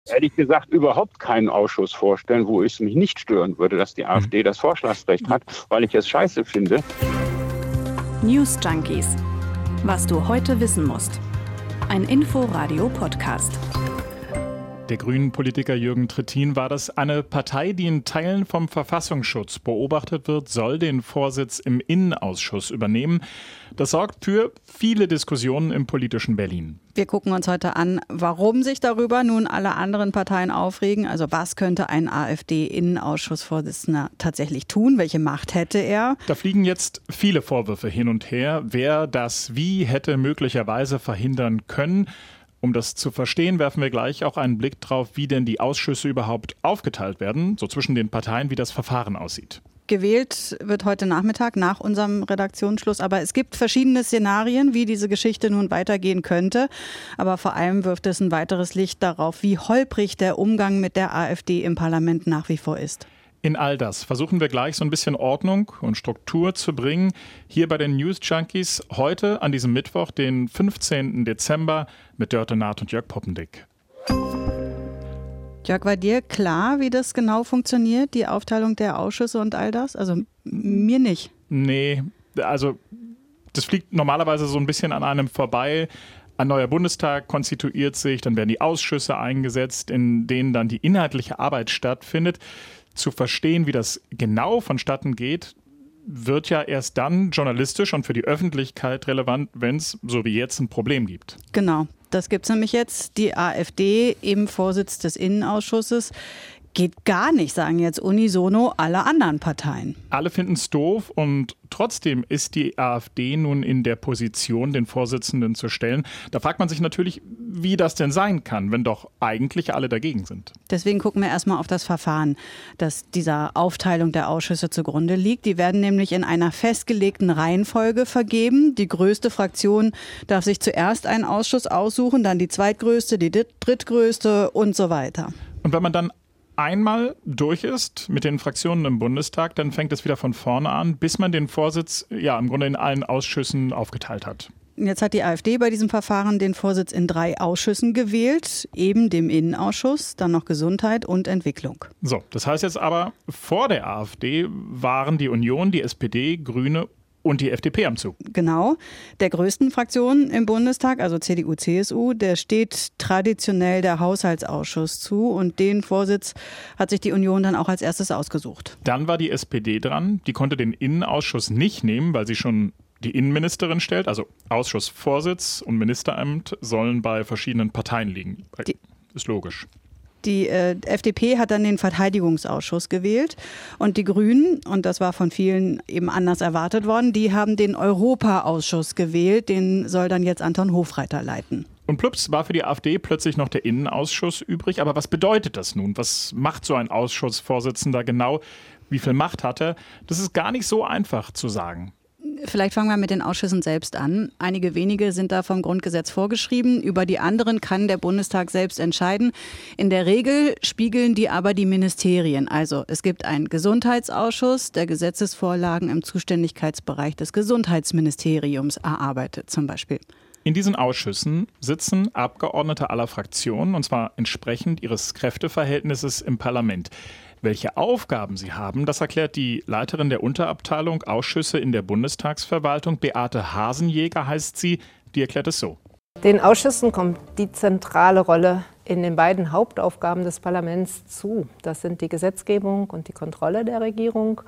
Ehrlich gesagt überhaupt keinen Ausschuss vorstellen, wo es mich nicht stören würde, dass die AfD das Vorschlagsrecht hat, weil ich es scheiße finde. News Junkies. Was du heute wissen musst. Ein Info-Radio-Podcast. Der Grünen-Politiker Jürgen Trittin war das. Eine Partei, die in Teilen vom Verfassungsschutz beobachtet wird, soll den Vorsitz im Innenausschuss übernehmen. Das sorgt für viele Diskussionen im politischen Berlin. Wir gucken uns heute an, warum sich darüber nun alle anderen Parteien aufregen. Also was könnte ein AfD-Innenausschussvorsitzender tatsächlich tun? Welche Macht hätte er? Da fliegen jetzt viele Vorwürfe hin und her, wer das wie hätte möglicherweise verhindern können. Um das zu verstehen, werfen wir gleich auch einen Blick drauf, wie denn die Ausschüsse überhaupt aufgeteilt werden, so zwischen den Parteien, wie das Verfahren aussieht. Gewählt wird heute Nachmittag nach unserem Redaktionsschluss, aber es gibt verschiedene Szenarien, wie diese Geschichte nun weitergehen könnte. Aber vor allem wirft es ein weiteres Licht darauf, wie holprig der Umgang mit der AfD im Parlament nach wie vor ist. In all das versuchen wir gleich so ein bisschen Ordnung und Struktur zu bringen. Hier bei den News Junkies heute an diesem Mittwoch, den 15. Dezember mit Dörte Naht und Jörg Poppendick. Jörg, war dir klar, wie das genau funktioniert, die Aufteilung der Ausschüsse und all das? Also mir nicht. Nee, also das fliegt normalerweise so ein bisschen an einem vorbei. Ein neuer Bundestag konstituiert sich, dann werden die Ausschüsse eingesetzt, in denen dann die inhaltliche Arbeit stattfindet. Zu verstehen, wie das genau vonstatten geht, wird ja erst dann journalistisch und für die Öffentlichkeit relevant, wenn es, so wie jetzt, ein Problem gibt. Genau, das gibt es nämlich jetzt. Die AfD im Vorsitz des Innenausschusses geht gar nicht, sagen jetzt unisono alle anderen Parteien. Alle finden es doof und trotzdem ist die AfD nun in der Position, den Vorsitzenden zu stellen. Da fragt man sich natürlich, wie das denn sein kann, wenn doch eigentlich alle dagegen sind. Deswegen gucken wir erstmal auf das Verfahren, das dieser Aufteilung der Ausschüsse zugrunde liegt. Die werden nämlich in einer festgelegten Reihenfolge vergeben. Die größte Fraktion darf sich zuerst einen Ausschuss aussuchen, dann die zweitgrößte, die drittgrößte und so weiter. Und wenn man dann einmal durch ist mit den Fraktionen im Bundestag, dann fängt es wieder von vorne an, bis man den Vorsitz im Grunde in allen Ausschüssen aufgeteilt hat. Jetzt hat die AfD bei diesem Verfahren den Vorsitz in 3 Ausschüssen gewählt, eben dem Innenausschuss, dann noch Gesundheit und Entwicklung. So, das heißt jetzt aber, vor der AfD waren die Union, die SPD, Grüne und die FDP am Zug. Genau. Der größten Fraktion im Bundestag, also CDU, CSU, der steht traditionell der Haushaltsausschuss zu und den Vorsitz hat sich die Union dann auch als erstes ausgesucht. Dann war die SPD dran. Die konnte den Innenausschuss nicht nehmen, weil sie schon die Innenministerin stellt. Also Ausschussvorsitz und Ministeramt sollen bei verschiedenen Parteien liegen. Ist logisch. Die FDP hat dann den Verteidigungsausschuss gewählt und die Grünen, und das war von vielen eben anders erwartet worden, die haben den Europaausschuss gewählt. Den soll dann jetzt Anton Hofreiter leiten. Und plups war für die AfD plötzlich noch der Innenausschuss übrig. Aber was bedeutet das nun? Was macht so ein Ausschussvorsitzender genau? Wie viel Macht hat er? Das ist gar nicht so einfach zu sagen. Vielleicht fangen wir mit den Ausschüssen selbst an. Einige wenige sind da vom Grundgesetz vorgeschrieben. Über die anderen kann der Bundestag selbst entscheiden. In der Regel spiegeln die aber die Ministerien. Also es gibt einen Gesundheitsausschuss, der Gesetzesvorlagen im Zuständigkeitsbereich des Gesundheitsministeriums erarbeitet zum Beispiel. In diesen Ausschüssen sitzen Abgeordnete aller Fraktionen, und zwar entsprechend ihres Kräfteverhältnisses im Parlament. Welche Aufgaben sie haben, das erklärt die Leiterin der Unterabteilung Ausschüsse in der Bundestagsverwaltung, Beate Hasenjäger heißt sie, die erklärt es so. Den Ausschüssen kommt die zentrale Rolle in den beiden Hauptaufgaben des Parlaments zu. Das sind die Gesetzgebung und die Kontrolle der Regierung.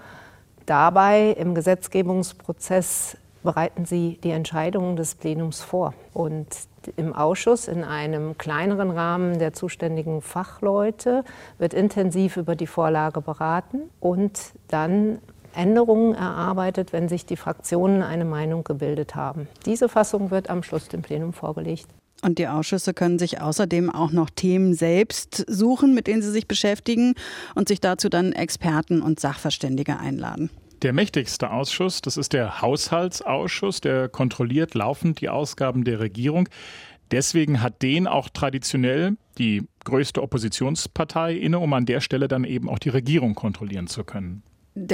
Dabei im Gesetzgebungsprozess bereiten sie die Entscheidungen des Plenums vor. Und im Ausschuss in einem kleineren Rahmen der zuständigen Fachleute wird intensiv über die Vorlage beraten und dann Änderungen erarbeitet, wenn sich die Fraktionen eine Meinung gebildet haben. Diese Fassung wird am Schluss dem Plenum vorgelegt. Und die Ausschüsse können sich außerdem auch noch Themen selbst suchen, mit denen sie sich beschäftigen und sich dazu dann Experten und Sachverständige einladen. Der mächtigste Ausschuss, das ist der Haushaltsausschuss, der kontrolliert laufend die Ausgaben der Regierung. Deswegen hat den auch traditionell die größte Oppositionspartei inne, um an der Stelle dann eben auch die Regierung kontrollieren zu können. Der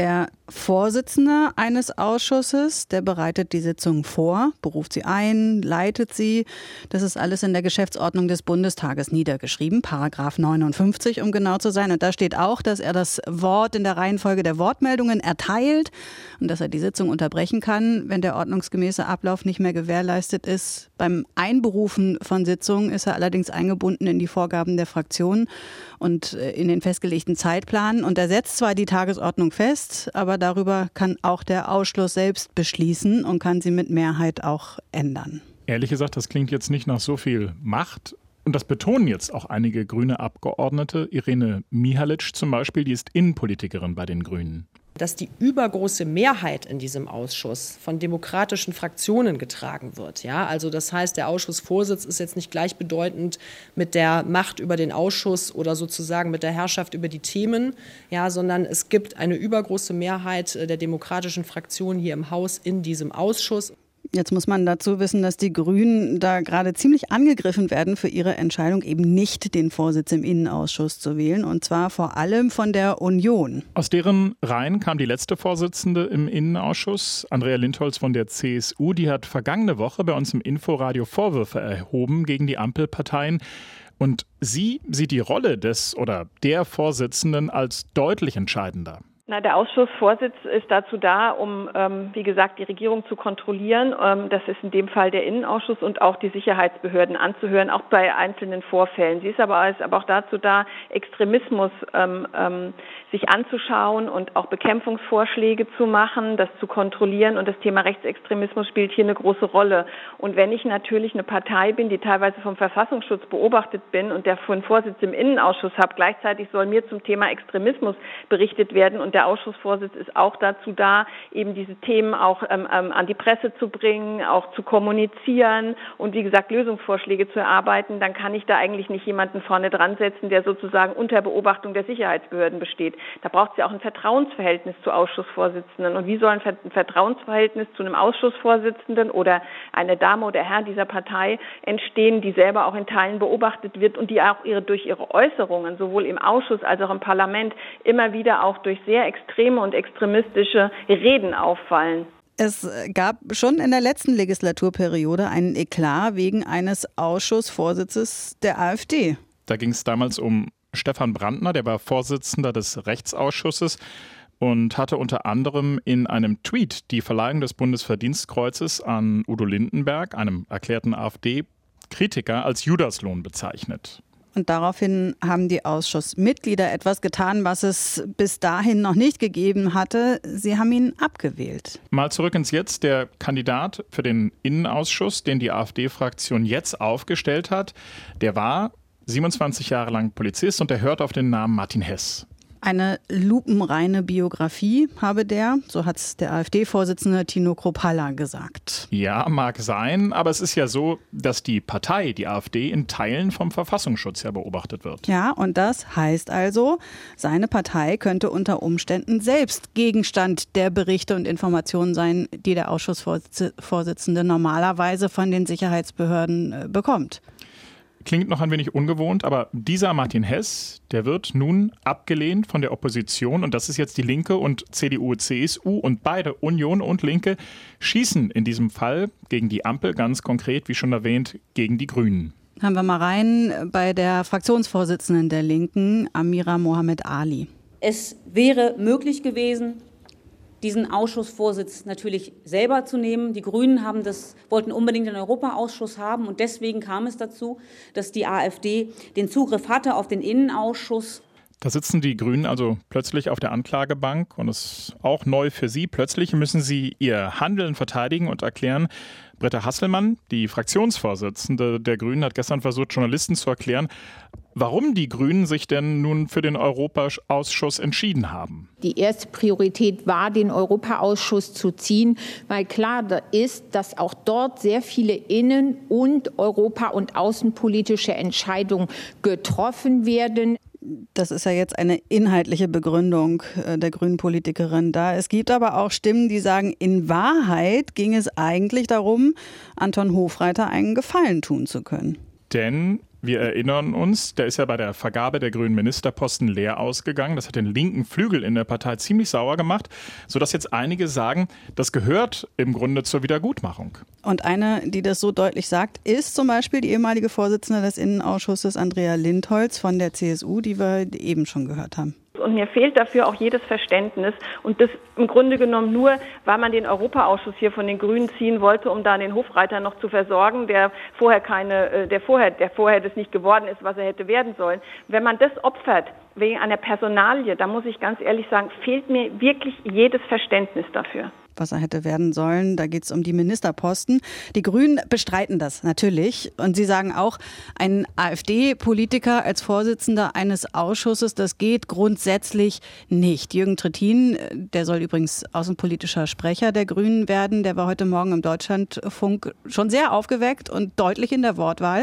Vorsitzender eines Ausschusses, der bereitet die Sitzung vor, beruft sie ein, leitet sie. Das ist alles in der Geschäftsordnung des Bundestages niedergeschrieben, Paragraph 59, um genau zu sein. Und da steht auch, dass er das Wort in der Reihenfolge der Wortmeldungen erteilt und dass er die Sitzung unterbrechen kann, wenn der ordnungsgemäße Ablauf nicht mehr gewährleistet ist. Beim Einberufen von Sitzungen ist er allerdings eingebunden in die Vorgaben der Fraktionen und in den festgelegten Zeitplan. Und er setzt zwar die Tagesordnung fest, aber darüber kann auch der Ausschuss selbst beschließen und kann sie mit Mehrheit auch ändern. Ehrlich gesagt, das klingt jetzt nicht nach so viel Macht. Und das betonen jetzt auch einige grüne Abgeordnete. Irene Mihalic zum Beispiel, die ist Innenpolitikerin bei den Grünen. Dass die übergroße Mehrheit in diesem Ausschuss von demokratischen Fraktionen getragen wird. Ja, also das heißt, der Ausschussvorsitz ist jetzt nicht gleichbedeutend mit der Macht über den Ausschuss oder sozusagen mit der Herrschaft über die Themen, ja, sondern es gibt eine übergroße Mehrheit der demokratischen Fraktionen hier im Haus in diesem Ausschuss. Jetzt muss man dazu wissen, dass die Grünen da gerade ziemlich angegriffen werden für ihre Entscheidung, eben nicht den Vorsitz im Innenausschuss zu wählen. Und zwar vor allem von der Union. Aus deren Reihen kam die letzte Vorsitzende im Innenausschuss, Andrea Lindholz von der CSU. Die hat vergangene Woche bei uns im Inforadio Vorwürfe erhoben gegen die Ampelparteien. Und sie sieht die Rolle des oder der Vorsitzenden als deutlich entscheidender. Der Ausschussvorsitz ist dazu da, um, wie gesagt, die Regierung zu kontrollieren. Das ist in dem Fall der Innenausschuss und auch die Sicherheitsbehörden anzuhören, auch bei einzelnen Vorfällen. Sie ist aber auch dazu da, Extremismus sich anzuschauen und auch Bekämpfungsvorschläge zu machen, das zu kontrollieren. Und das Thema Rechtsextremismus spielt hier eine große Rolle. Und wenn ich natürlich eine Partei bin, die teilweise vom Verfassungsschutz beobachtet bin und der einen Vorsitz im Innenausschuss habe, gleichzeitig soll mir zum Thema Extremismus berichtet werden. Und der Ausschussvorsitz ist auch dazu da, eben diese Themen auch an die Presse zu bringen, auch zu kommunizieren und wie gesagt Lösungsvorschläge zu erarbeiten. Dann kann ich da eigentlich nicht jemanden vorne dran setzen, der sozusagen unter Beobachtung der Sicherheitsbehörden besteht. Da braucht es ja auch ein Vertrauensverhältnis zu Ausschussvorsitzenden. Und wie soll ein Vertrauensverhältnis zu einem Ausschussvorsitzenden oder eine Dame oder Herr dieser Partei entstehen, die selber auch in Teilen beobachtet wird und die auch durch ihre Äußerungen sowohl im Ausschuss als auch im Parlament immer wieder auch durch sehr extreme und extremistische Reden auffallen. Es gab schon in der letzten Legislaturperiode einen Eklat wegen eines Ausschussvorsitzes der AfD. Da ging es damals um Stefan Brandner, der war Vorsitzender des Rechtsausschusses und hatte unter anderem in einem Tweet die Verleihung des Bundesverdienstkreuzes an Udo Lindenberg, einem erklärten AfD-Kritiker, als Judaslohn bezeichnet. Und daraufhin haben die Ausschussmitglieder etwas getan, was es bis dahin noch nicht gegeben hatte. Sie haben ihn abgewählt. Mal zurück ins Jetzt. Der Kandidat für den Innenausschuss, den die AfD-Fraktion jetzt aufgestellt hat, der war 27 Jahre lang Polizist und er hört auf den Namen Martin Hess. Eine lupenreine Biografie habe der, so hat es der AfD-Vorsitzende Tino Kruppalla gesagt. Ja, mag sein, aber es ist ja so, dass die Partei, die AfD, in Teilen vom Verfassungsschutz ja beobachtet wird. Ja, und das heißt also, seine Partei könnte unter Umständen selbst Gegenstand der Berichte und Informationen sein, die der Ausschussvorsitzende normalerweise von den Sicherheitsbehörden bekommt. Klingt noch ein wenig ungewohnt, aber dieser Martin Hess, der wird nun abgelehnt von der Opposition und das ist jetzt die Linke und CDU, CSU und beide, Union und Linke, schießen in diesem Fall gegen die Ampel, ganz konkret, wie schon erwähnt, gegen die Grünen. Hören wir mal rein bei der Fraktionsvorsitzenden der Linken, Amira Mohamed Ali. Es wäre möglich gewesen, diesen Ausschussvorsitz natürlich selber zu nehmen. Die Grünen wollten unbedingt den Europaausschuss haben und deswegen kam es dazu, dass die AfD den Zugriff hatte auf den Innenausschuss. Da sitzen die Grünen also plötzlich auf der Anklagebank und es ist auch neu für sie. Plötzlich müssen sie ihr Handeln verteidigen und erklären. Britta Hasselmann, die Fraktionsvorsitzende der Grünen, hat gestern versucht, Journalisten zu erklären, warum die Grünen sich denn nun für den Europaausschuss entschieden haben. Die erste Priorität war, den Europaausschuss zu ziehen, weil klar ist, dass auch dort sehr viele innen- und europa- und außenpolitische Entscheidungen getroffen werden. Das ist ja jetzt eine inhaltliche Begründung der grünen Politikerin da. Es gibt aber auch Stimmen, die sagen, in Wahrheit ging es eigentlich darum, Anton Hofreiter einen Gefallen tun zu können. Denn Wir erinnern uns, der ist ja bei der Vergabe der grünen Ministerposten leer ausgegangen. Das hat den linken Flügel in der Partei ziemlich sauer gemacht, sodass jetzt einige sagen, das gehört im Grunde zur Wiedergutmachung. Und eine, die das so deutlich sagt, ist zum Beispiel die ehemalige Vorsitzende des Innenausschusses, Andrea Lindholz von der CSU, die wir eben schon gehört haben. Und mir fehlt dafür auch jedes Verständnis. Und das im Grunde genommen nur, weil man den Europaausschuss hier von den Grünen ziehen wollte, um da den Hofreiter noch zu versorgen, der vorher das nicht geworden ist, was er hätte werden sollen. Wenn man das opfert wegen einer Personalie, da muss ich ganz ehrlich sagen, fehlt mir wirklich jedes Verständnis dafür. Was er hätte werden sollen. Da geht es um die Ministerposten. Die Grünen bestreiten das natürlich. Und sie sagen auch, ein AfD-Politiker als Vorsitzender eines Ausschusses, das geht grundsätzlich nicht. Jürgen Trittin, der soll übrigens außenpolitischer Sprecher der Grünen werden, der war heute Morgen im Deutschlandfunk schon sehr aufgeweckt und deutlich in der Wortwahl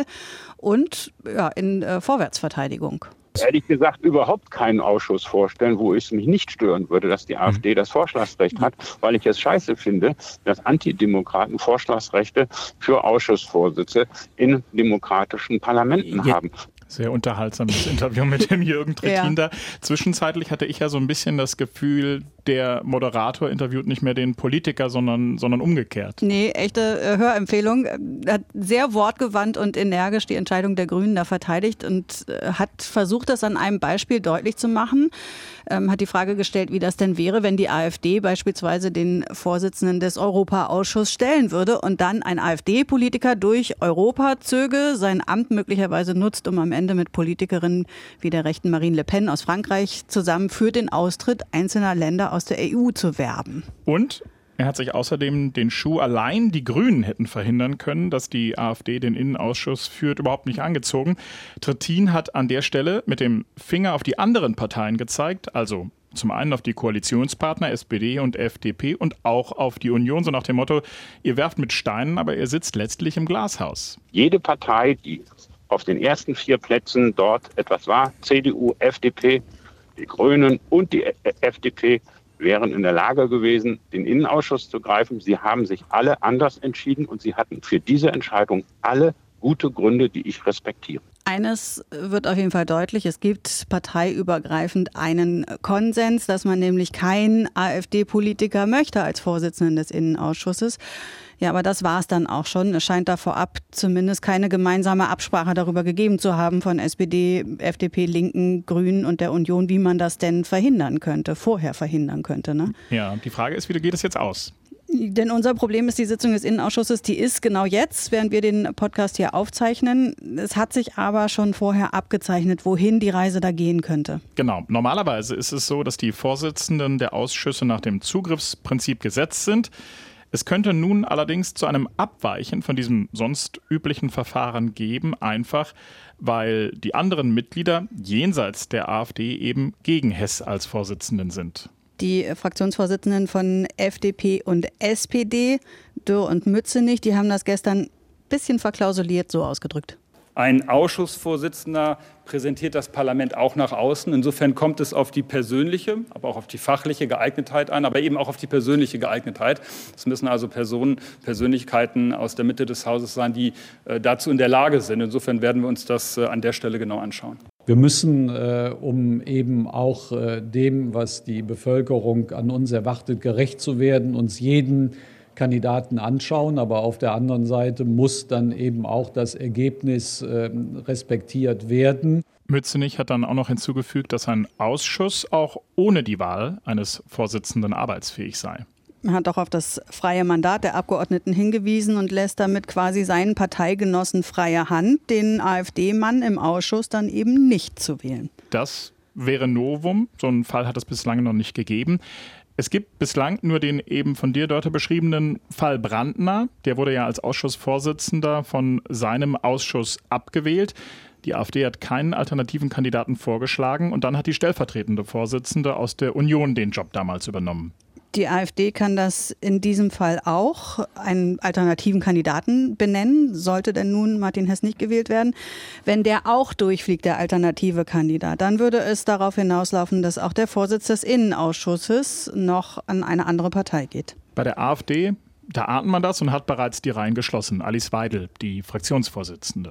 und in Vorwärtsverteidigung. Ehrlich gesagt überhaupt keinen Ausschuss vorstellen, wo es mich nicht stören würde, dass die AfD das Vorschlagsrecht hat, weil ich es scheiße finde, dass Antidemokraten Vorschlagsrechte für Ausschussvorsitze in demokratischen Parlamenten haben. Sehr unterhaltsames Interview mit dem Jürgen Trittin da. Zwischenzeitlich hatte ich ja so ein bisschen das Gefühl, der Moderator interviewt nicht mehr den Politiker, sondern umgekehrt. Nee, echte Hörempfehlung. Er hat sehr wortgewandt und energisch die Entscheidung der Grünen da verteidigt und hat versucht, das an einem Beispiel deutlich zu machen. Hat die Frage gestellt, wie das denn wäre, wenn die AfD beispielsweise den Vorsitzenden des Europaausschusses stellen würde und dann ein AfD-Politiker durch Europa zöge, sein Amt möglicherweise nutzt, um am Ende mit Politikerinnen wie der rechten Marine Le Pen aus Frankreich zusammen für den Austritt einzelner Länder aus der EU zu werben. Und er hat sich außerdem den Schuh, allein die Grünen hätten verhindern können, dass die AfD den Innenausschuss führt, überhaupt nicht angezogen. Trittin hat an der Stelle mit dem Finger auf die anderen Parteien gezeigt, also zum einen auf die Koalitionspartner SPD und FDP und auch auf die Union, so nach dem Motto, ihr werft mit Steinen, aber ihr sitzt letztlich im Glashaus. Jede Partei, die auf den ersten 4 Plätzen dort etwas war, CDU, FDP, die Grünen und die FDP, wären in der Lage gewesen, den Innenausschuss zu greifen. Sie haben sich alle anders entschieden und sie hatten für diese Entscheidung alle gute Gründe, die ich respektiere. Eines wird auf jeden Fall deutlich, es gibt parteiübergreifend einen Konsens, dass man nämlich keinen AfD-Politiker möchte als Vorsitzenden des Innenausschusses. Ja, aber das war es dann auch schon. Es scheint da vorab zumindest keine gemeinsame Absprache darüber gegeben zu haben von SPD, FDP, Linken, Grünen und der Union, wie man das denn vorher verhindern könnte. Ne? Ja, die Frage ist, wie geht es jetzt aus? Denn unser Problem ist, die Sitzung des Innenausschusses, die ist genau jetzt, während wir den Podcast hier aufzeichnen. Es hat sich aber schon vorher abgezeichnet, wohin die Reise da gehen könnte. Genau. Normalerweise ist es so, dass die Vorsitzenden der Ausschüsse nach dem Zugriffsprinzip gesetzt sind. Es könnte nun allerdings zu einem Abweichen von diesem sonst üblichen Verfahren geben, einfach weil die anderen Mitglieder jenseits der AfD eben gegen Hess als Vorsitzenden sind. Die Fraktionsvorsitzenden von FDP und SPD, Dürr und Mützenich, die haben das gestern ein bisschen verklausuliert so ausgedrückt. Ein Ausschussvorsitzender präsentiert das Parlament auch nach außen. Insofern kommt es auf die persönliche, aber auch auf die fachliche Geeignetheit an, aber eben auch auf die persönliche Geeignetheit. Es müssen also Persönlichkeiten aus der Mitte des Hauses sein, die dazu in der Lage sind. Insofern werden wir uns das an der Stelle genau anschauen. Wir müssen, um eben auch dem, was die Bevölkerung an uns erwartet, gerecht zu werden, uns jeden Kandidaten anschauen, aber auf der anderen Seite muss dann eben auch das Ergebnis respektiert werden. Mützenich hat dann auch noch hinzugefügt, dass ein Ausschuss auch ohne die Wahl eines Vorsitzenden arbeitsfähig sei. Er hat auch auf das freie Mandat der Abgeordneten hingewiesen und lässt damit quasi seinen Parteigenossen freie Hand, den AfD-Mann im Ausschuss dann eben nicht zu wählen. Das wäre Novum. So einen Fall hat es bislang noch nicht gegeben. Es gibt bislang nur den eben von dir, Dörte, beschriebenen Fall Brandner. Der wurde ja als Ausschussvorsitzender von seinem Ausschuss abgewählt. Die AfD hat keinen alternativen Kandidaten vorgeschlagen und dann hat die stellvertretende Vorsitzende aus der Union den Job damals übernommen. Die AfD kann das in diesem Fall auch, einen alternativen Kandidaten benennen, sollte denn nun Martin Hess nicht gewählt werden. Wenn der auch durchfliegt, der alternative Kandidat, dann würde es darauf hinauslaufen, dass auch der Vorsitz des Innenausschusses noch an eine andere Partei geht. Bei der AfD, da ahnt man das und hat bereits die Reihen geschlossen. Alice Weidel, die Fraktionsvorsitzende.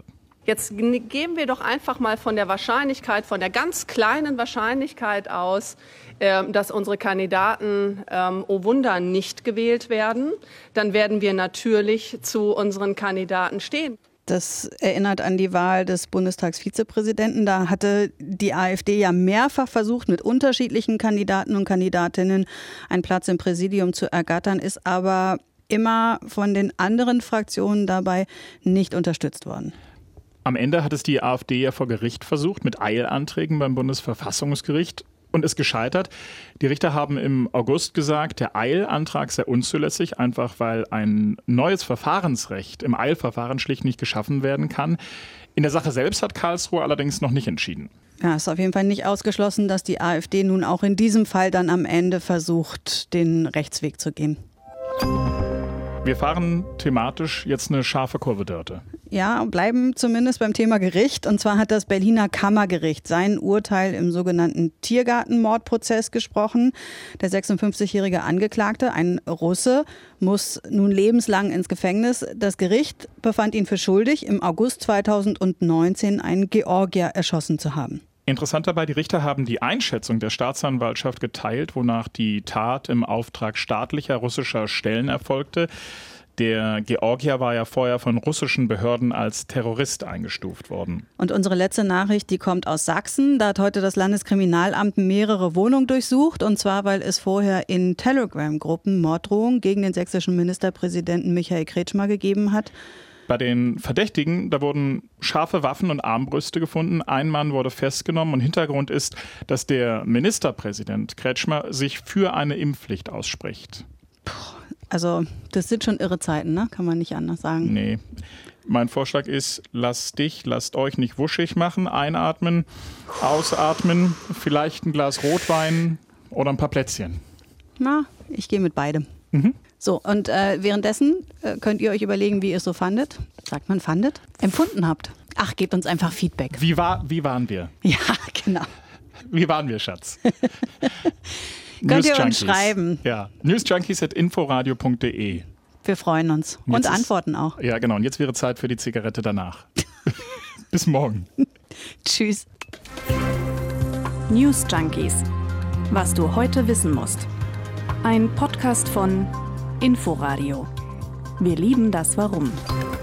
Jetzt gehen wir doch einfach mal von der Wahrscheinlichkeit, von der ganz kleinen Wahrscheinlichkeit aus, dass unsere Kandidaten, oh Wunder, nicht gewählt werden. Dann werden wir natürlich zu unseren Kandidaten stehen. Das erinnert an die Wahl des Bundestagsvizepräsidenten. Da hatte die AfD ja mehrfach versucht, mit unterschiedlichen Kandidaten und Kandidatinnen einen Platz im Präsidium zu ergattern, ist aber immer von den anderen Fraktionen dabei nicht unterstützt worden. Am Ende hat es die AfD ja vor Gericht versucht, mit Eilanträgen beim Bundesverfassungsgericht. Und ist gescheitert. Die Richter haben im August gesagt, der Eilantrag sei unzulässig, einfach weil ein neues Verfahrensrecht im Eilverfahren schlicht nicht geschaffen werden kann. In der Sache selbst hat Karlsruhe allerdings noch nicht entschieden. Ja, ist auf jeden Fall nicht ausgeschlossen, dass die AfD nun auch in diesem Fall dann am Ende versucht, den Rechtsweg zu gehen. Wir fahren thematisch jetzt eine scharfe Kurve, Dörte. Ja, bleiben zumindest beim Thema Gericht. Und zwar hat das Berliner Kammergericht sein Urteil im sogenannten Tiergartenmordprozess gesprochen. Der 56-jährige Angeklagte, ein Russe, muss nun lebenslang ins Gefängnis. Das Gericht befand ihn für schuldig, im August 2019 einen Georgier erschossen zu haben. Interessant dabei, die Richter haben die Einschätzung der Staatsanwaltschaft geteilt, wonach die Tat im Auftrag staatlicher russischer Stellen erfolgte. Der Georgier war ja vorher von russischen Behörden als Terrorist eingestuft worden. Und unsere letzte Nachricht, die kommt aus Sachsen. Da hat heute das Landeskriminalamt mehrere Wohnungen durchsucht. Und zwar, weil es vorher in Telegram-Gruppen Morddrohungen gegen den sächsischen Ministerpräsidenten Michael Kretschmer gegeben hat. Bei den Verdächtigen, da wurden scharfe Waffen und Armbrüste gefunden. Ein Mann wurde festgenommen und Hintergrund ist, dass der Ministerpräsident Kretschmer sich für eine Impfpflicht ausspricht. Also das sind schon irre Zeiten, ne? Kann man nicht anders sagen. Nee. Mein Vorschlag ist, lasst euch nicht wuschig machen. Einatmen, ausatmen, vielleicht ein Glas Rotwein oder ein paar Plätzchen. Na, ich gehe mit beidem. So, und währenddessen könnt ihr euch überlegen, wie ihr es so fandet. Sagt man fandet? Empfunden habt. Ach, gebt uns einfach Feedback. Wie waren wir? Ja, genau. Wie waren wir, Schatz? Könnt ihr uns schreiben. Ja, newsjunkies@inforadio.de. Wir freuen uns. Und antworten auch. Ja, genau. Und jetzt wäre Zeit für die Zigarette danach. Bis morgen. Tschüss. News Junkies. Was du heute wissen musst. Ein Podcast von Inforadio. Wir lieben das Warum.